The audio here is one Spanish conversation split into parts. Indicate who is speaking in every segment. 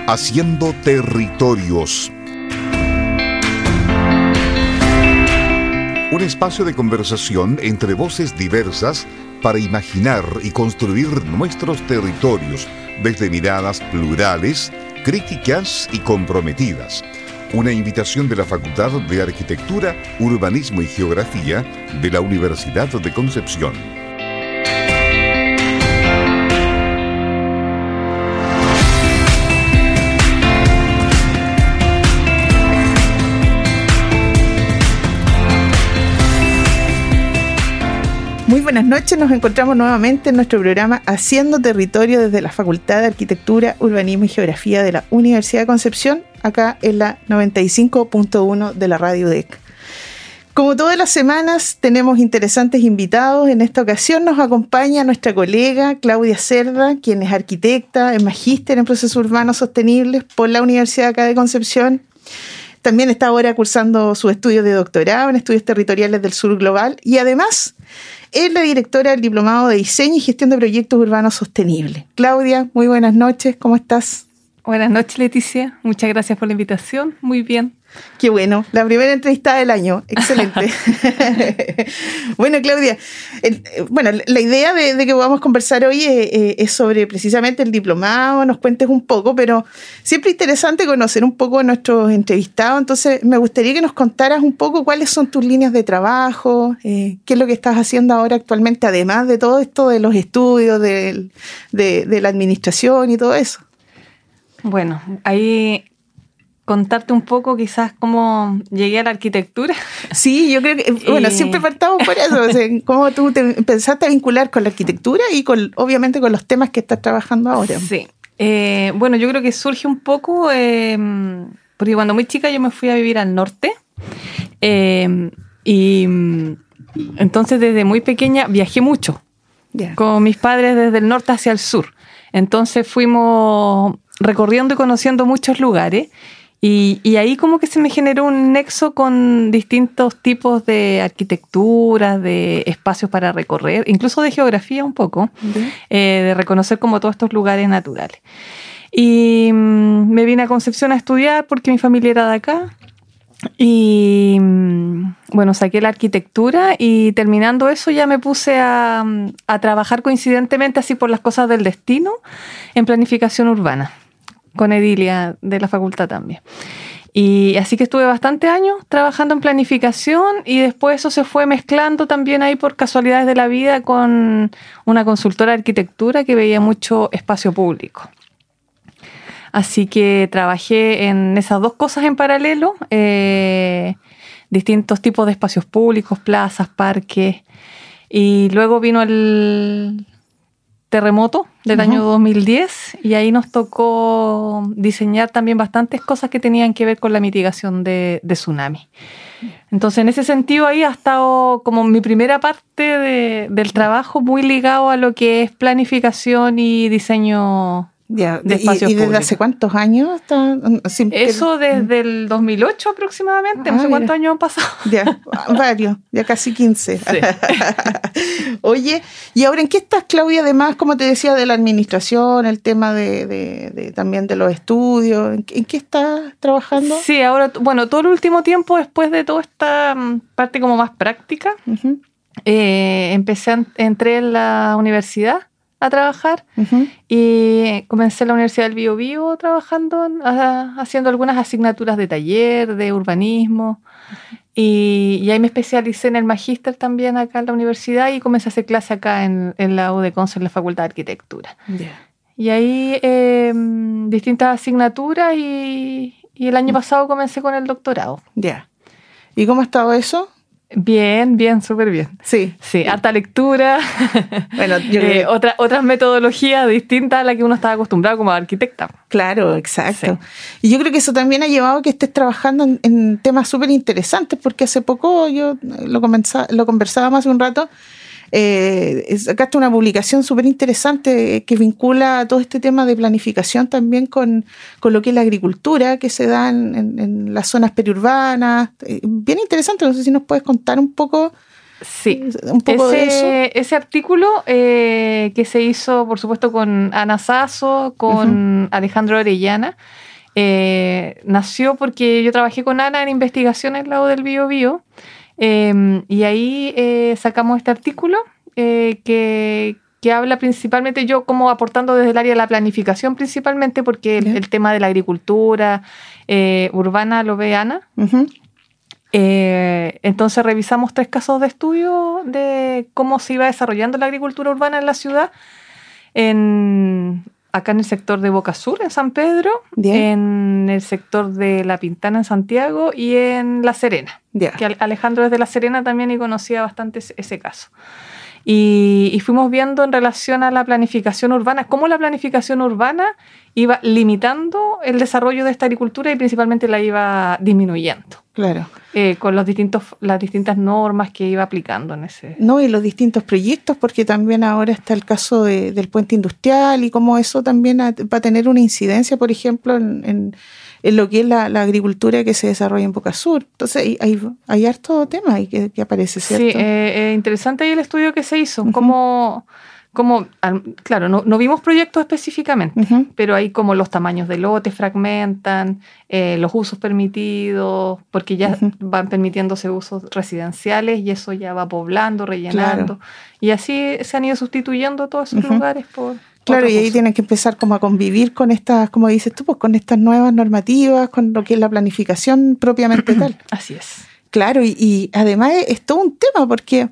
Speaker 1: Haciendo Territorios. Un espacio de conversación entre voces diversas para imaginar y construir nuestros territorios desde miradas plurales, críticas y comprometidas. Una invitación de la Facultad de Arquitectura, Urbanismo y Geografía de la Universidad de Concepción.
Speaker 2: Muy buenas noches, nos encontramos nuevamente en nuestro programa Haciendo Territorio desde la Facultad de Arquitectura, Urbanismo y Geografía de la Universidad de Concepción, acá en la 95.1 de la Radio UDEC. Como todas las semanas tenemos interesantes invitados. En esta ocasión nos acompaña nuestra colega Claudia Cerda, quien es arquitecta, es magíster en procesos urbanos sostenibles por la Universidad acá de Concepción. También está ahora cursando sus estudios de doctorado en estudios territoriales del sur global y además es la directora del Diplomado de Diseño y Gestión de Proyectos Urbanos Sostenibles. Claudia, muy buenas noches, ¿cómo estás?
Speaker 3: Buenas noches, Leticia. Muchas gracias por la invitación. Muy bien.
Speaker 2: Qué bueno, la primera entrevista del año. Excelente. Bueno, Claudia, la idea de que podamos conversar hoy es sobre precisamente el diplomado, nos cuentes un poco, pero siempre interesante conocer un poco a nuestros entrevistados. Entonces, me gustaría que nos contaras un poco cuáles son tus líneas de trabajo, qué es lo que estás haciendo ahora actualmente, además de todo esto de los estudios, de la administración y todo eso.
Speaker 3: Bueno, ahí contarte un poco quizás cómo llegué a la arquitectura.
Speaker 2: Sí, yo creo que, siempre partamos por eso, o sea, cómo tú te empezaste a vincular con la arquitectura y obviamente con los temas que estás trabajando ahora.
Speaker 3: Sí, yo creo que surge un poco, porque cuando muy chica yo me fui a vivir al norte, y entonces desde muy pequeña viajé mucho, con mis padres desde el norte hacia el sur. Entonces fuimos recorriendo y conociendo muchos lugares y ahí como que se me generó un nexo con distintos tipos de arquitectura, de espacios para recorrer, incluso de geografía un poco, de reconocer como todos estos lugares naturales. Y me vine a Concepción a estudiar porque mi familia era de acá y saqué la arquitectura y terminando eso ya me puse a trabajar coincidentemente así por las cosas del destino en planificación urbana con Edilia de la facultad también. Y así que estuve bastantes años trabajando en planificación y después eso se fue mezclando también ahí por casualidades de la vida con una consultora de arquitectura que veía mucho espacio público. Así que trabajé en esas dos cosas en paralelo, distintos tipos de espacios públicos, plazas, parques. Y luego vino el terremoto del año 2010 y ahí nos tocó diseñar también bastantes cosas que tenían que ver con la mitigación de tsunami. Entonces, en ese sentido, ahí ha estado como mi primera parte del trabajo muy ligado a lo que es planificación y diseño de espacios
Speaker 2: ¿Y desde
Speaker 3: públicos.
Speaker 2: hace cuántos años está?
Speaker 3: Eso desde el 2008 aproximadamente, no sé cuántos años han pasado.
Speaker 2: Ya, varios, ya casi 15.
Speaker 3: Sí.
Speaker 2: Oye, ¿y ahora en qué estás, Claudia? Además, como te decía, de la administración, el tema de también de los estudios, ¿en qué estás trabajando?
Speaker 3: Sí, ahora, todo el último tiempo, después de toda esta parte como más práctica, entré en la universidad a trabajar y comencé en la Universidad del Biobío trabajando, haciendo algunas asignaturas de taller, de urbanismo y ahí me especialicé en el magíster también acá en la universidad y comencé a hacer clase acá en la UDECONCE, en la Facultad de Arquitectura. Y ahí distintas asignaturas y el año pasado comencé con el doctorado.
Speaker 2: ¿Y cómo ha estado eso?
Speaker 3: Bien, súper bien.
Speaker 2: Sí,
Speaker 3: harta lectura.
Speaker 2: Bueno, yo creo
Speaker 3: otras metodologías distintas a las que uno estaba acostumbrado como arquitecta.
Speaker 2: Claro, exacto.
Speaker 3: Sí.
Speaker 2: Y yo creo que eso también ha llevado a que estés trabajando en temas súper interesantes, porque hace poco yo lo conversábamos hace un rato. Sacaste una publicación súper interesante que vincula todo este tema de planificación también con lo que es la agricultura que se da en las zonas periurbanas. Bien interesante, no sé si nos puedes contar un poco
Speaker 3: Sí,
Speaker 2: un poco de eso.
Speaker 3: Ese artículo que se hizo, por supuesto, con Ana Sasso, con Alejandro Orellana, nació porque yo trabajé con Ana en investigación en el lado del Biobío, y ahí sacamos este artículo que habla principalmente, yo como aportando desde el área de la planificación principalmente, porque el tema de la agricultura urbana lo ve Ana. Entonces revisamos 3 casos de estudio de cómo se iba desarrollando la agricultura urbana en la ciudad, acá en el sector de Boca Sur, en San Pedro, en el sector de La Pintana, en Santiago, y en La Serena, que Alejandro es de La Serena también y conocía bastante ese caso. Y fuimos viendo en relación a la planificación urbana, cómo la planificación urbana iba limitando el desarrollo de esta agricultura y principalmente la iba disminuyendo.
Speaker 2: Claro.
Speaker 3: Con las distintas normas que iba aplicando en ese...
Speaker 2: No, y los distintos proyectos, porque también ahora está el caso del puente industrial y cómo eso también va a tener una incidencia, por ejemplo, en lo que es la agricultura que se desarrolla en Boca Sur. Entonces hay harto tema ahí que aparece, ¿cierto?
Speaker 3: Sí, interesante ahí el estudio que se hizo, claro, no vimos proyectos específicamente, pero ahí como los tamaños de lotes fragmentan, los usos permitidos, porque ya van permitiéndose usos residenciales y eso ya va poblando, rellenando, y así se han ido sustituyendo todos esos lugares por...
Speaker 2: Claro, y ahí tienen que empezar como a convivir con estas, como dices tú, pues con estas nuevas normativas, con lo que es la planificación propiamente tal.
Speaker 3: Así es.
Speaker 2: Claro, y además es todo un tema porque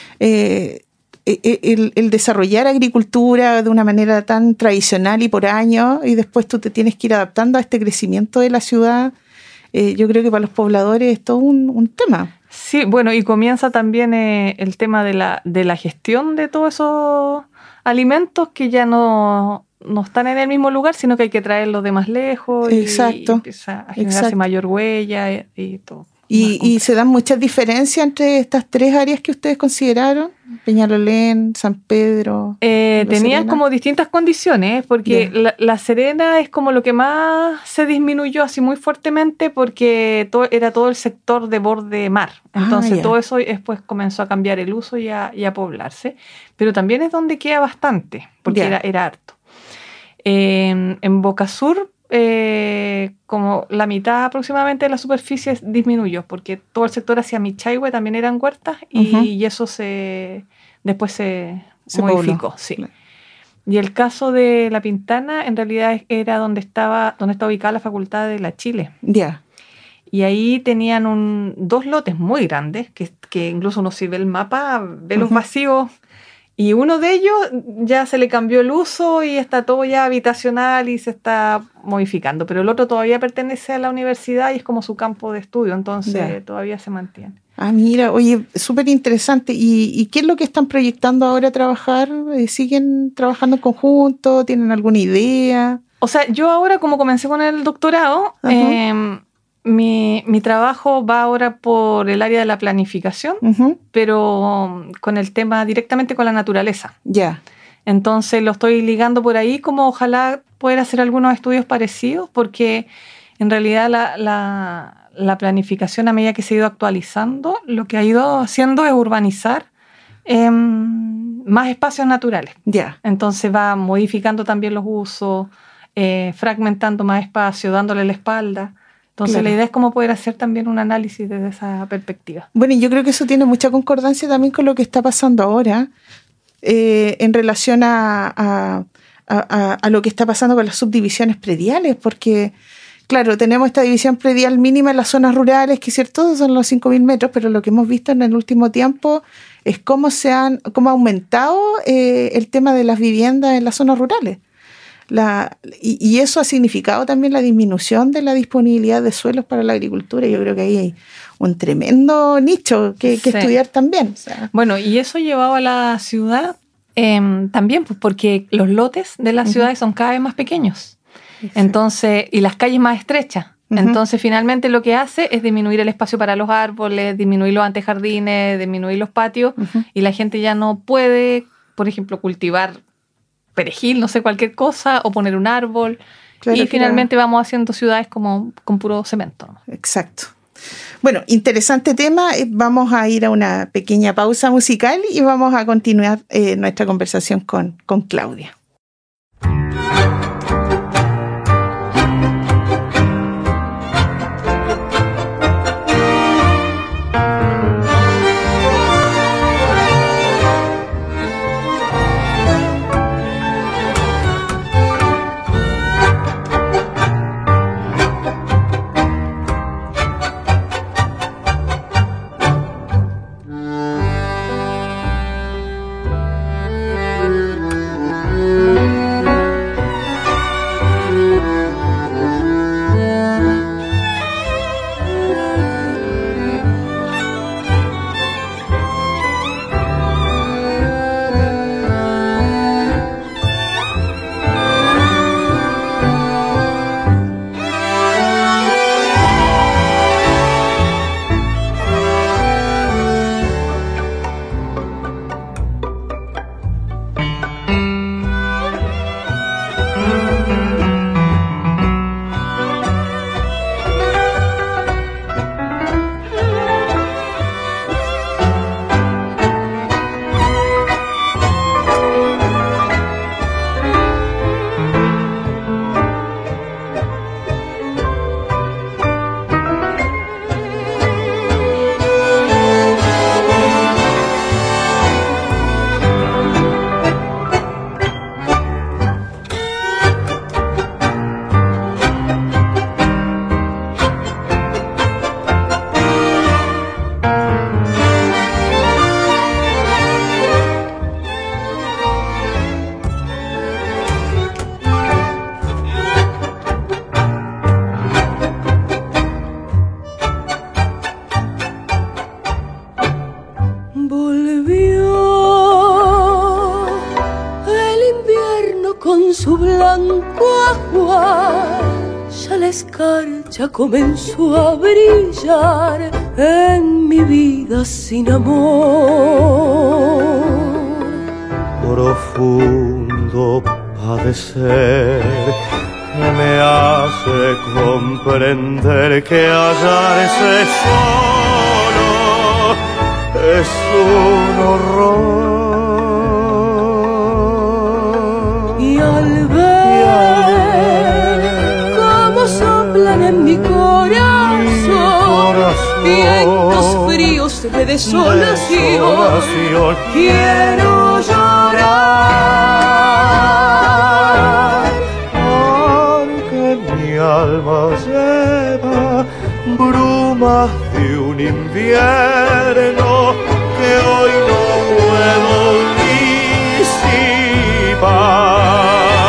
Speaker 2: el desarrollar agricultura de una manera tan tradicional y por años, y después tú te tienes que ir adaptando a este crecimiento de la ciudad, yo creo que para los pobladores es todo un tema.
Speaker 3: Sí, bueno, y comienza también el tema de la gestión de todos esos alimentos que ya no están en el mismo lugar, sino que hay que traerlos de más lejos.
Speaker 2: Exacto.
Speaker 3: Y empieza a generarse mayor huella y todo.
Speaker 2: Y se dan muchas diferencias entre estas 3 áreas que ustedes consideraron, Peñalolén, San Pedro.
Speaker 3: Tenían como distintas condiciones, porque la Serena es como lo que más se disminuyó así muy fuertemente, porque era todo el sector de borde mar. Entonces todo eso después comenzó a cambiar el uso y a poblarse. Pero también es donde queda bastante, porque era harto. En Boca Sur, como la mitad aproximadamente de la superficie disminuyó, porque todo el sector hacia Michaihue también eran huertas y eso después se modificó. Sí. Claro. Y el caso de La Pintana en realidad era donde está ubicada la Facultad de la Chile. Y ahí tenían 2 lotes muy grandes, que incluso uno si ve el mapa, ve los vacíos. Y uno de ellos ya se le cambió el uso y está todo ya habitacional y se está modificando. Pero el otro todavía pertenece a la universidad y es como su campo de estudio, entonces todavía se mantiene.
Speaker 2: Mira, oye, súper interesante. ¿Y qué es lo que están proyectando ahora trabajar? ¿Siguen trabajando en conjunto? ¿Tienen alguna idea?
Speaker 3: O sea, yo ahora como comencé con el doctorado, mi trabajo va ahora por el área de la planificación, pero con el tema directamente con la naturaleza. Entonces lo estoy ligando por ahí, como ojalá poder hacer algunos estudios parecidos, porque en realidad la planificación, a medida que se ha ido actualizando, lo que ha ido haciendo es urbanizar más espacios naturales. Entonces va modificando también los usos, fragmentando más espacio, dándole la espalda. Entonces la idea es cómo poder hacer también un análisis desde esa perspectiva.
Speaker 2: Bueno, y yo creo que eso tiene mucha concordancia también con lo que está pasando ahora en relación a lo que está pasando con las subdivisiones prediales, porque, claro, tenemos esta división predial mínima en las zonas rurales, que cierto son los 5.000 metros, pero lo que hemos visto en el último tiempo es cómo ha aumentado el tema de las viviendas en las zonas rurales. Y eso ha significado también la disminución de la disponibilidad de suelos para la agricultura. Yo creo que ahí hay un tremendo nicho que estudiar también.
Speaker 3: Bueno, y eso llevado a la ciudad también, pues, porque los lotes de las ciudades son cada vez más pequeños. Entonces, y las calles más estrechas. Entonces, finalmente lo que hace es disminuir el espacio para los árboles, disminuir los antejardines, disminuir los patios, y la gente ya no puede, por ejemplo, cultivar perejil, no sé, cualquier cosa, o poner un árbol. Finalmente vamos haciendo ciudades como con puro cemento, ¿no?
Speaker 2: Exacto. Bueno, interesante tema. Vamos a ir a una pequeña pausa musical y vamos a continuar nuestra conversación con Claudia.
Speaker 4: Ya comenzó a brillar en mi vida sin amor.
Speaker 5: Profundo padecer que me hace comprender que hallarse solo es un horror.
Speaker 4: Y al ver cómo soplan en mi corazón vientos fríos de desolación, quiero llorar,
Speaker 5: porque mi alma lleva brumas de un invierno que hoy no puedo disipar.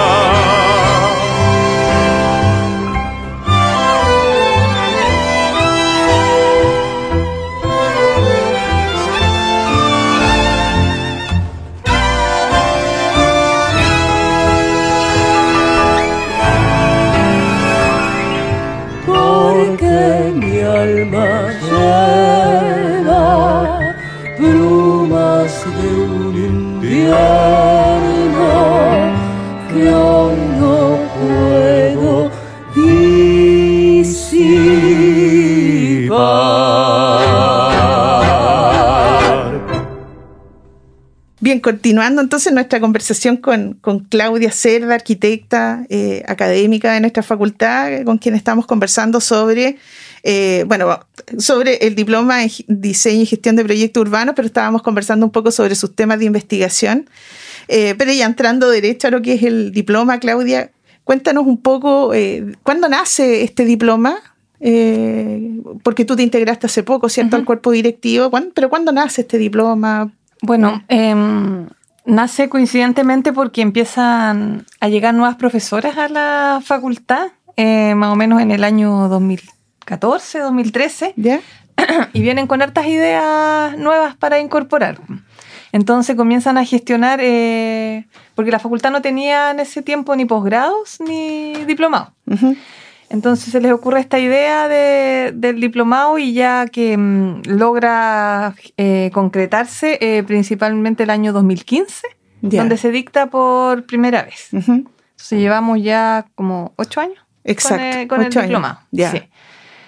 Speaker 4: Alma lleva brumas de un invierno que hoy no puedo disipar.
Speaker 2: Bien, continuando entonces nuestra conversación con Claudia Cerda, arquitecta académica de nuestra facultad, con quien estamos conversando sobre el diploma en diseño y gestión de proyectos urbanos, pero estábamos conversando un poco sobre sus temas de investigación. Pero ya entrando derecho a lo que es el diploma, Claudia, cuéntanos un poco, ¿cuándo nace este diploma? Porque tú te integraste hace poco, ¿cierto?, al cuerpo directivo. ¿Pero cuándo nace este diploma?
Speaker 3: Bueno, nace coincidentemente porque empiezan a llegar nuevas profesoras a la facultad, más o menos en el año 2014, 2013,
Speaker 2: ¿ya?
Speaker 3: Y vienen con hartas ideas nuevas para incorporar. Entonces comienzan a gestionar, porque la facultad no tenía en ese tiempo ni posgrados ni diplomados. Uh-huh. Entonces se les ocurre esta idea del diplomado y ya que logra concretarse principalmente el año 2015, donde se dicta por primera vez. Uh-huh. Entonces llevamos ya como 8 años.
Speaker 2: Exacto,
Speaker 3: con el diplomado.
Speaker 2: Yeah.
Speaker 3: Sí.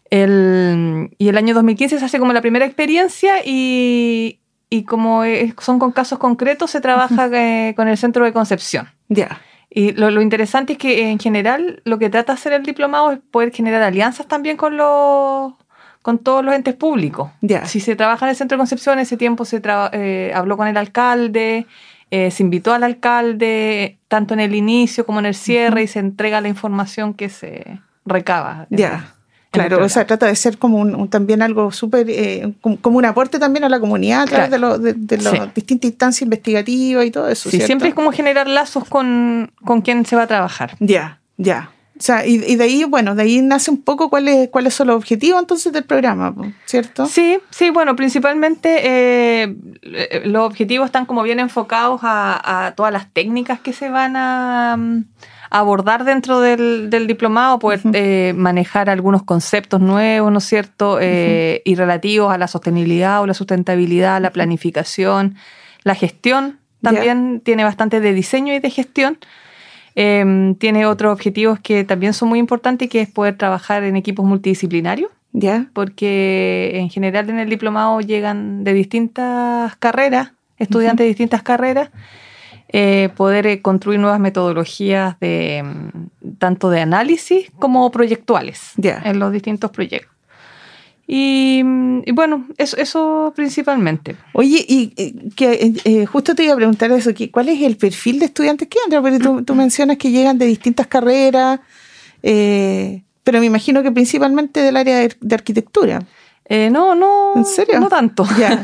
Speaker 3: Y el año 2015 se hace como la primera experiencia y como son con casos concretos, se trabaja con el Centro de Concepción.
Speaker 2: Ya.
Speaker 3: Y lo interesante es que en general lo que trata de hacer el diplomado es poder generar alianzas también con todos los entes públicos.
Speaker 2: Ya.
Speaker 3: Si se trabaja en el Centro de Concepción, en ese tiempo se habló con el alcalde, se invitó al alcalde tanto en el inicio como en el cierre, y se entrega la información que se recaba.
Speaker 2: Ya. Claro, o sea, trata de ser como también algo súper, como un aporte también a la comunidad a través de las distintas instancias investigativas y todo eso.
Speaker 3: Sí,
Speaker 2: ¿cierto?
Speaker 3: siempre es como generar lazos con quien se va a trabajar.
Speaker 2: Ya. O sea, y de ahí, bueno, de ahí nace un poco cuáles son los objetivos entonces del programa, ¿cierto?
Speaker 3: Sí, bueno, principalmente los objetivos están como bien enfocados a todas las técnicas que se van a abordar dentro del diplomado, poder manejar algunos conceptos nuevos, ¿no es cierto? Y relativos a la sostenibilidad o la sustentabilidad, la planificación, la gestión. También tiene bastante de diseño y de gestión. Tiene otros objetivos que también son muy importantes, que es poder trabajar en equipos multidisciplinarios. Porque en general en el diplomado llegan de distintas carreras, estudiantes de distintas carreras. Poder construir nuevas metodologías tanto de análisis como proyectuales en los distintos proyectos. Y bueno, eso principalmente.
Speaker 2: Oye, y que justo te iba a preguntar eso, ¿cuál es el perfil de estudiantes que entran? Porque tú mencionas que llegan de distintas carreras, pero me imagino que principalmente del área de arquitectura.
Speaker 3: No.
Speaker 2: ¿En serio?
Speaker 3: No tanto.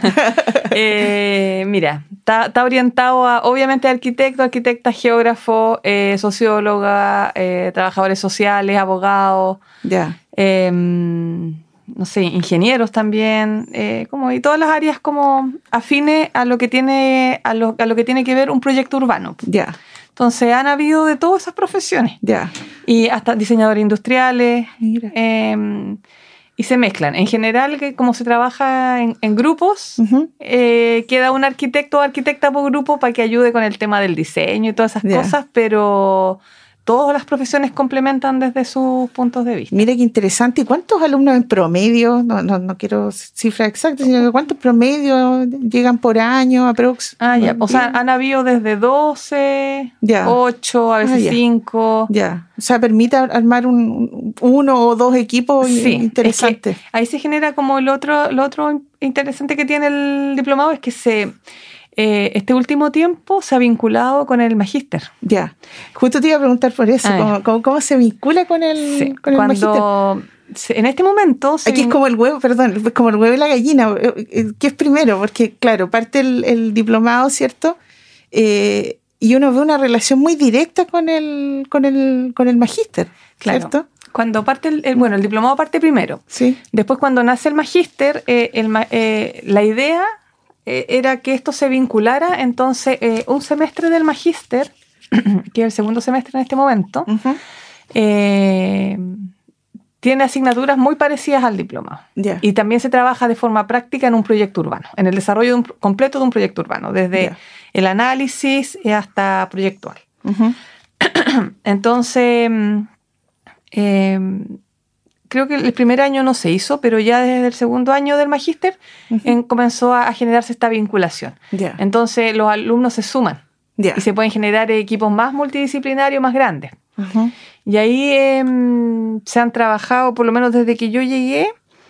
Speaker 3: Mira, está orientado obviamente a arquitecta, geógrafo, socióloga, trabajadores sociales, abogados. No sé, ingenieros también, y todas las áreas como afines a lo que tiene que ver un proyecto urbano. Entonces han habido de todas esas profesiones. Y hasta diseñadores industriales. Y se mezclan. En general, como se trabaja en grupos, queda un arquitecto o arquitecta por grupo para que ayude con el tema del diseño y todas esas cosas, pero todas las profesiones complementan desde sus puntos de vista.
Speaker 2: Mira qué interesante. ¿Y cuántos alumnos en promedio? No quiero cifras exactas, sino que ¿cuántos promedios llegan por año aprox?
Speaker 3: O sea, han habido desde 12, 8, a veces 5.
Speaker 2: O sea, permite armar uno o dos equipos interesantes.
Speaker 3: Es que ahí se genera como lo otro interesante que tiene el diplomado es que este último tiempo se ha vinculado con el magíster.
Speaker 2: Justo te iba a preguntar por eso, ¿cómo se vincula con el magíster?
Speaker 3: En este momento...
Speaker 2: Aquí es como el huevo, es como el huevo y la gallina. ¿Qué es primero? Porque, claro, parte el diplomado, ¿cierto? Y uno ve una relación muy directa con el magíster, ¿cierto?
Speaker 3: Claro. Cuando parte el diplomado parte primero.
Speaker 2: Sí.
Speaker 3: Después, cuando nace el magíster, la idea era que esto se vinculara. Entonces, un semestre del magíster, que es el segundo semestre en este momento, tiene asignaturas muy parecidas al diplomado. Y también se trabaja de forma práctica en un proyecto urbano, en el desarrollo completo de un proyecto urbano, desde el análisis hasta proyectual. Entonces, creo que el primer año no se hizo, pero ya desde el segundo año del magíster comenzó a generarse esta vinculación. Entonces los alumnos se suman y se pueden generar equipos más multidisciplinarios, más grandes. Y ahí se han trabajado, por lo menos desde que yo llegué,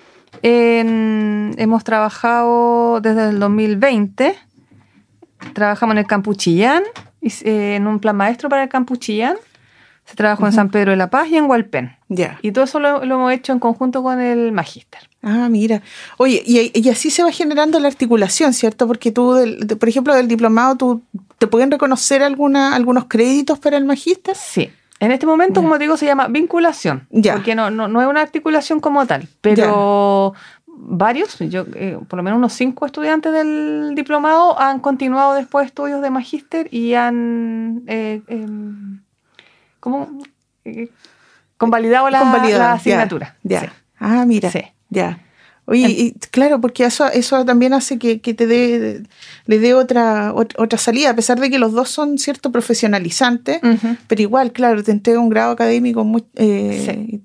Speaker 3: hemos trabajado desde el 2020, trabajamos en el Campus Chillán, en un plan maestro para el Campus Chillán. Se trabajó en San Pedro de la Paz y en Hualpén. Y todo eso lo hemos hecho en conjunto con el magíster.
Speaker 2: Mira. Oye, y así se va generando la articulación, ¿cierto? Porque tú, por ejemplo, del diplomado, ¿te pueden reconocer algunos créditos para el magíster?
Speaker 3: Sí. En este momento, como te digo, se llama vinculación. Porque no es una articulación como tal. Pero varios, por lo menos unos 5 estudiantes del diplomado han continuado después estudios de magíster y han... convalidado la asignatura.
Speaker 2: Sí. Mira. Sí. Oye, y claro, porque eso también hace que le dé otra salida, a pesar de que los dos son, cierto, profesionalizantes, pero igual, claro, te entrega un grado académico muy,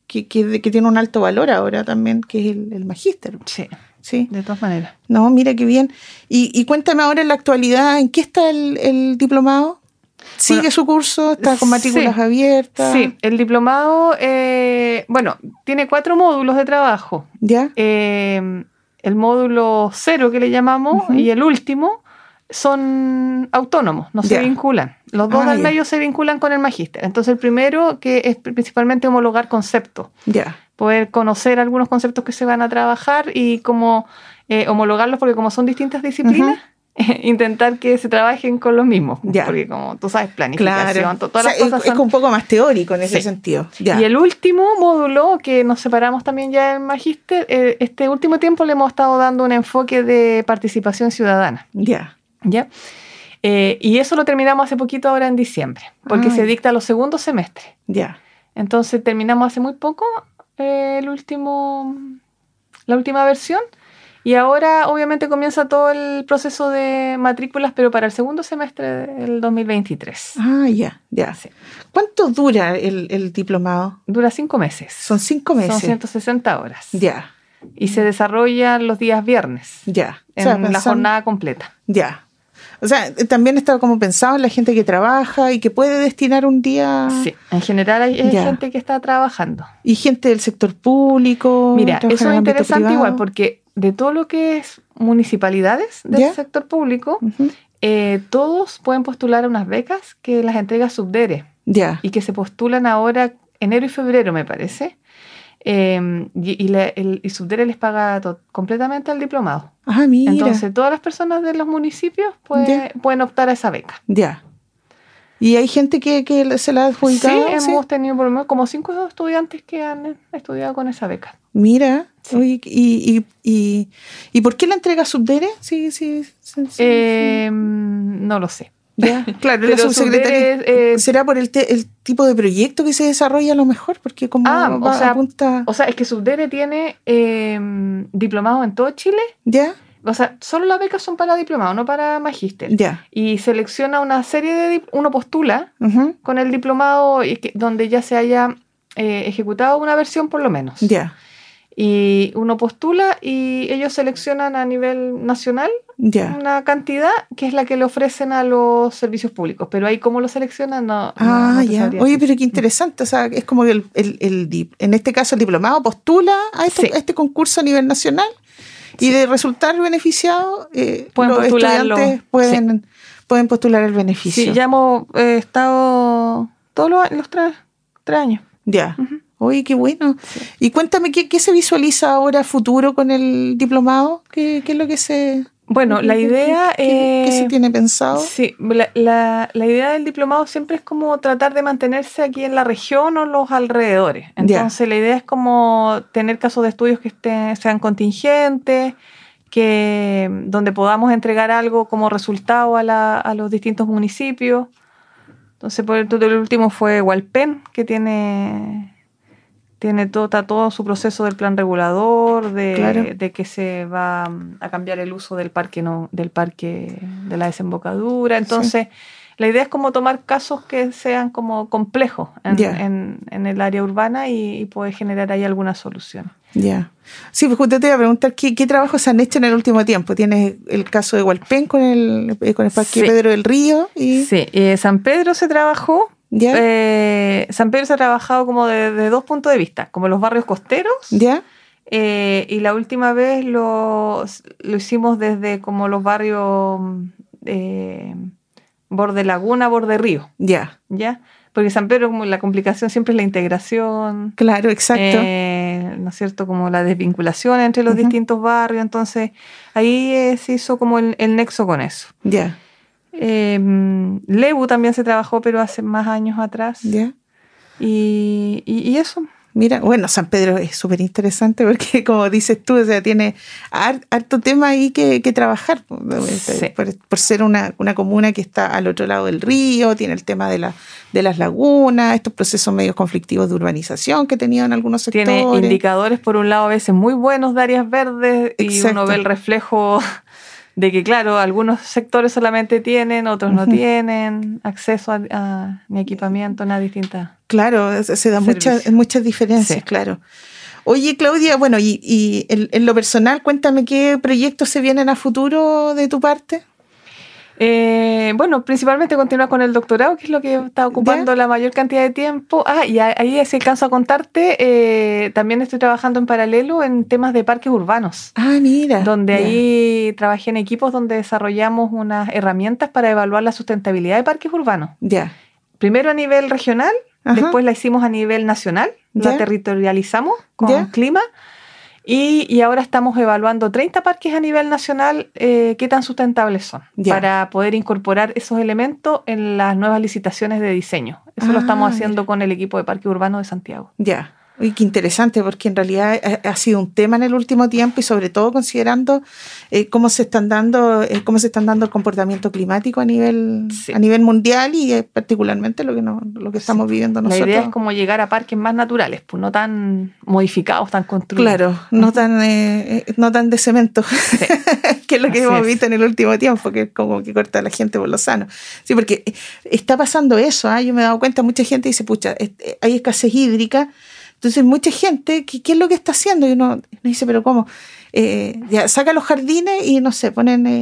Speaker 2: que tiene un alto valor ahora también, que es el magíster.
Speaker 3: Sí, de todas maneras.
Speaker 2: No, mira qué bien. Y cuéntame ahora en la actualidad, ¿en qué está el diplomado? ¿Sigue su curso? ¿Está con matrículas abiertas?
Speaker 3: Sí, el diplomado, tiene 4 módulos de trabajo.
Speaker 2: ¿Ya?
Speaker 3: El módulo 0 que le llamamos y el último son autónomos, no se vinculan. Los dos del medio se vinculan con el magíster. Entonces el primero, que es principalmente homologar conceptos.
Speaker 2: Ya.
Speaker 3: Poder conocer algunos conceptos que se van a trabajar y como homologarlos, porque como son distintas disciplinas, intentar que se trabajen con los mismos.
Speaker 2: Ya.
Speaker 3: Porque como tú sabes, planificación, todas las cosas
Speaker 2: es un poco más teórico en ese sentido. Ya.
Speaker 3: Y el último módulo, que nos separamos también ya en magíster, este último tiempo le hemos estado dando un enfoque de participación ciudadana.
Speaker 2: Ya.
Speaker 3: ¿Ya? Y eso lo terminamos hace poquito ahora en diciembre, porque se dicta los segundos semestres.
Speaker 2: Ya.
Speaker 3: Entonces terminamos hace muy poco la última versión, y ahora obviamente comienza todo el proceso de matrículas, pero para el segundo semestre del 2023.
Speaker 2: Ya.
Speaker 3: Sí.
Speaker 2: ¿Cuánto dura el diplomado?
Speaker 3: Dura 5 meses.
Speaker 2: Son 5 meses.
Speaker 3: Son 160 horas.
Speaker 2: Ya.
Speaker 3: Y se desarrollan los días viernes.
Speaker 2: Ya.
Speaker 3: En la jornada completa.
Speaker 2: Ya. O sea, también está como pensado en la gente que trabaja y que puede destinar un día.
Speaker 3: Sí, en general hay gente que está trabajando.
Speaker 2: Y gente del sector público.
Speaker 3: Mira, eso es interesante igual, porque de todo lo que es municipalidades del sector público, todos pueden postular a unas becas que las entrega Subdere.
Speaker 2: Ya.
Speaker 3: Y que se postulan ahora enero y febrero, me parece. Y Subdere les paga completamente al diplomado.
Speaker 2: Mira.
Speaker 3: Entonces todas las personas de los municipios pueden optar a esa beca.
Speaker 2: Ya. ¿Y hay gente que se la ha adjudicado?
Speaker 3: Sí, hemos tenido por lo menos como 5 estudiantes que han estudiado con esa beca.
Speaker 2: Mira. Sí. Oye, ¿y por qué la entrega Subdere? Sí.
Speaker 3: No lo sé.
Speaker 2: Ya, claro, la subsecretaría. ¿Será por el tipo de proyecto que se desarrolla a lo mejor? Porque como apunta...
Speaker 3: O sea, es que Subdere tiene diplomados en todo Chile.
Speaker 2: ¿Ya?
Speaker 3: O sea, solo las becas son para diplomado, no para magíster.
Speaker 2: Ya.
Speaker 3: Y selecciona una serie de... Uno postula con el diplomado donde ya se haya ejecutado una versión por lo menos.
Speaker 2: Ya.
Speaker 3: Y uno postula y ellos seleccionan a nivel nacional una cantidad que es la que le ofrecen a los servicios públicos. Pero ahí cómo lo seleccionan no
Speaker 2: ya. Oye, pero qué interesante. O sea, es como que en este caso el diplomado postula a este concurso a nivel nacional y de resultar beneficiado los estudiantes pueden postular el beneficio.
Speaker 3: Sí, ya hemos estado todos los 3 años.
Speaker 2: Ya. Oye, qué bueno. Sí. Y cuéntame, ¿qué se visualiza ahora futuro con el diplomado? ¿Qué es lo que se...
Speaker 3: Bueno, la idea...
Speaker 2: ¿Qué se tiene pensado?
Speaker 3: Sí, la idea del diplomado siempre es como tratar de mantenerse aquí en la región o los alrededores. Entonces, la idea es como tener casos de estudios que sean contingentes, donde podamos entregar algo como resultado a los distintos municipios. Entonces, por ejemplo, el último fue Hualpén, que tiene todo su proceso del plan regulador, de que se va a cambiar el uso del parque de la desembocadura. Entonces, la idea es como tomar casos que sean como complejos en el área urbana y poder generar ahí algunas soluciones.
Speaker 2: Ya. Sí, pues justo te iba a preguntar ¿qué trabajos se han hecho en el último tiempo? Tienes el caso de Hualpén con el Parque Pedro del Río. Sí,
Speaker 3: San Pedro se trabajó. San Pedro se ha trabajado como de 2 puntos de vista, como los barrios costeros. Y la última vez lo hicimos desde como los barrios borde laguna, borde río. ¿Ya? Porque San Pedro, como la complicación siempre es la integración.
Speaker 2: Claro, exacto.
Speaker 3: ¿No es cierto? Como la desvinculación entre los distintos barrios. Entonces, ahí se hizo como el nexo con eso. Lebu también se trabajó, pero hace más años atrás. Y eso.
Speaker 2: Mira, bueno, San Pedro es súper interesante porque, como dices tú, o sea, tiene harto tema ahí que trabajar. Por ser una comuna que está al otro lado del río, tiene el tema de las lagunas, estos procesos medio conflictivos de urbanización que tenía en algunos sectores.
Speaker 3: Tiene indicadores, por un lado, a veces muy buenos de áreas verdes. Exacto. Y uno ve el reflejo de que, claro, algunos sectores solamente tienen, otros no tienen acceso a ni equipamiento, ni a distintas.
Speaker 2: Claro, se dan muchas diferencias, sí. Claro. Oye, Claudia, bueno, y en lo personal, cuéntame qué proyectos se vienen a futuro de tu parte.
Speaker 3: Bueno, principalmente continuar con el doctorado, que es lo que está ocupando la mayor cantidad de tiempo. Y ahí si alcanzo a contarte, también estoy trabajando en paralelo en temas de parques urbanos.
Speaker 2: Mira.
Speaker 3: Donde ahí trabajé en equipos donde desarrollamos unas herramientas para evaluar la sustentabilidad de parques urbanos. Primero a nivel regional, después la hicimos a nivel nacional, la territorializamos con clima. Y ahora estamos evaluando 30 parques a nivel nacional, qué tan sustentables son, para poder incorporar esos elementos en las nuevas licitaciones de diseño. Eso lo estamos haciendo con el equipo de Parque Urbano de Santiago.
Speaker 2: Y qué interesante, porque en realidad ha sido un tema en el último tiempo, y sobre todo considerando cómo se están dando el comportamiento climático a nivel mundial, y particularmente lo que estamos viviendo nosotros.
Speaker 3: La idea es como llegar a parques más naturales, pues no tan modificados, tan construidos.
Speaker 2: Claro, no tan de cemento, que es lo que hemos visto en el último tiempo, que es como que corta a la gente por lo sano. Sí, porque está pasando eso, yo me he dado cuenta, mucha gente dice, pucha, hay escasez hídrica. Entonces, mucha gente, ¿qué es lo que está haciendo? Y uno dice, ¿pero cómo? Ya saca los jardines y, no sé,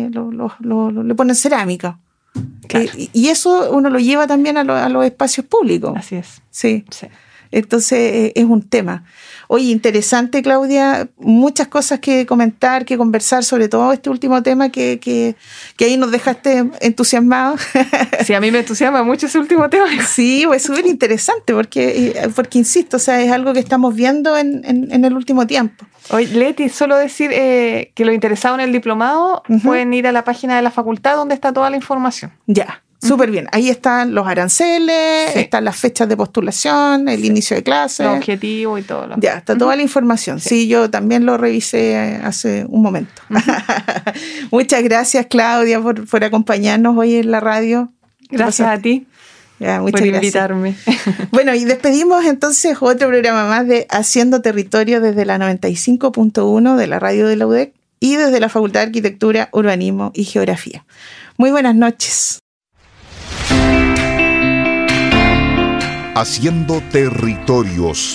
Speaker 2: le ponen cerámica.
Speaker 3: Claro.
Speaker 2: Y eso uno lo lleva también a los espacios públicos.
Speaker 3: Así es.
Speaker 2: Sí. Entonces, es un tema. Oye, interesante, Claudia. Muchas cosas que comentar, que conversar, sobre todo este último tema que ahí nos dejaste entusiasmados.
Speaker 3: Sí, a mí me entusiasma mucho ese último tema.
Speaker 2: Sí, es súper interesante porque insisto, o sea, es algo que estamos viendo en el último tiempo.
Speaker 3: Oye, Leti, solo decir que los interesados en el diplomado pueden ir a la página de la facultad donde está toda la información.
Speaker 2: Súper bien. Ahí están los aranceles, están las fechas de postulación, el inicio de clases.
Speaker 3: Los objetivos y todo.
Speaker 2: Está toda la información. Sí, yo también lo revisé hace un momento. Muchas gracias, Claudia, por acompañarnos hoy en la radio.
Speaker 3: Gracias a ti.
Speaker 2: Muchas
Speaker 3: por invitarme.
Speaker 2: Bueno, y despedimos entonces otro programa más de Haciendo Territorio desde la 95.1 de la radio de la UDEC y desde la Facultad de Arquitectura, Urbanismo y Geografía. Muy buenas noches.
Speaker 1: Haciendo Territorios.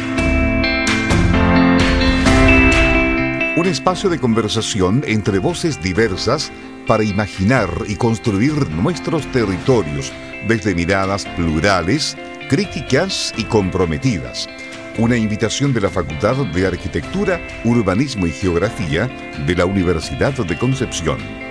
Speaker 1: Un espacio de conversación entre voces diversas para imaginar y construir nuestros territorios desde miradas plurales, críticas y comprometidas. Una invitación de la Facultad de Arquitectura, Urbanismo y Geografía de la Universidad de Concepción.